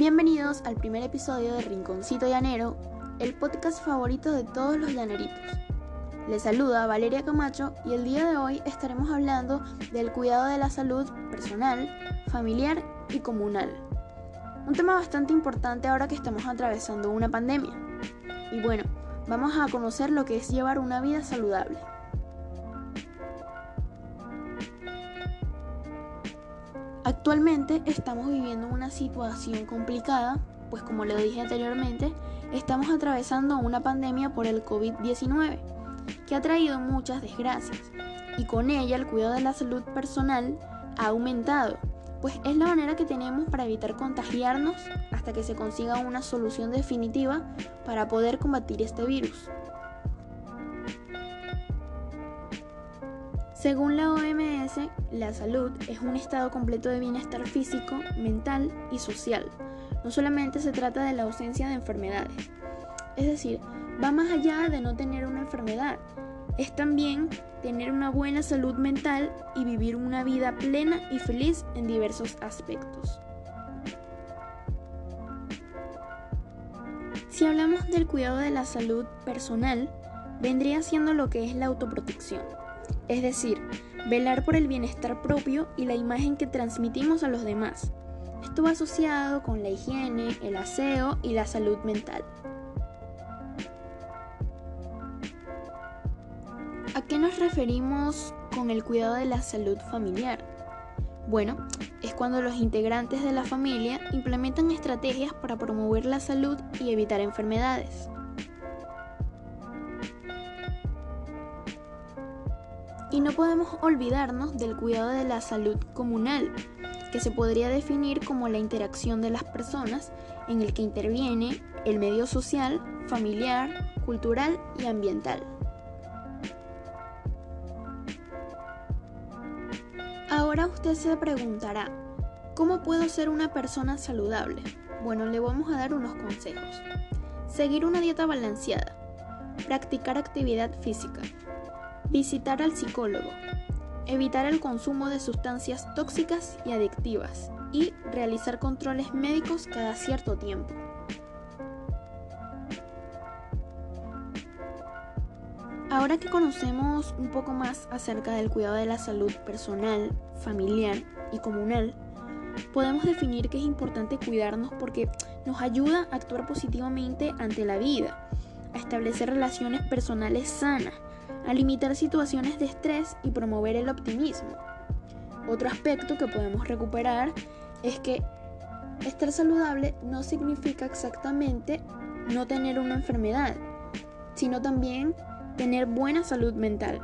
Bienvenidos al primer episodio de Rinconcito Llanero, el podcast favorito de todos los llaneritos. Les saluda Valeria Camacho y el día de hoy estaremos hablando del cuidado de la salud personal, familiar y comunal. Un tema bastante importante ahora que estamos atravesando una pandemia. Y bueno, vamos a conocer lo que es llevar una vida saludable. Actualmente estamos viviendo una situación complicada, pues como le dije anteriormente, estamos atravesando una pandemia por el COVID-19, que ha traído muchas desgracias, y con ella el cuidado de la salud personal ha aumentado, pues es la manera que tenemos para evitar contagiarnos hasta que se consiga una solución definitiva para poder combatir este virus. Según la OMS, la salud es un estado completo de bienestar físico, mental y social. No solamente se trata de la ausencia de enfermedades. Es decir, va más allá de no tener una enfermedad. Es también tener una buena salud mental y vivir una vida plena y feliz en diversos aspectos. Si hablamos del cuidado de la salud personal, vendría siendo lo que es la autoprotección. Es decir, velar por el bienestar propio y la imagen que transmitimos a los demás. Esto va asociado con la higiene, el aseo y la salud mental. ¿A qué nos referimos con el cuidado de la salud familiar? Bueno, es cuando los integrantes de la familia implementan estrategias para promover la salud y evitar enfermedades. Y no podemos olvidarnos del cuidado de la salud comunal, que se podría definir como la interacción de las personas en el que interviene el medio social, familiar, cultural y ambiental. Ahora usted se preguntará, ¿cómo puedo ser una persona saludable? Bueno, le vamos a dar unos consejos. Seguir una dieta balanceada, practicar actividad física, visitar al psicólogo, evitar el consumo de sustancias tóxicas y adictivas y realizar controles médicos cada cierto tiempo. Ahora que conocemos un poco más acerca del cuidado de la salud personal, familiar y comunal, podemos definir que es importante cuidarnos porque nos ayuda a actuar positivamente ante la vida, a establecer relaciones personales sanas, a limitar situaciones de estrés y promover el optimismo. Otro aspecto que podemos recuperar es que estar saludable no significa exactamente no tener una enfermedad, sino también tener buena salud mental.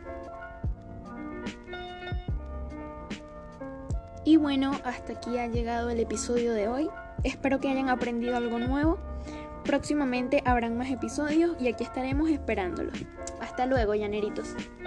Y bueno, hasta aquí ha llegado el episodio de hoy. Espero que hayan aprendido algo nuevo. Próximamente habrán más episodios y aquí estaremos esperándolos. Hasta luego, llaneritos.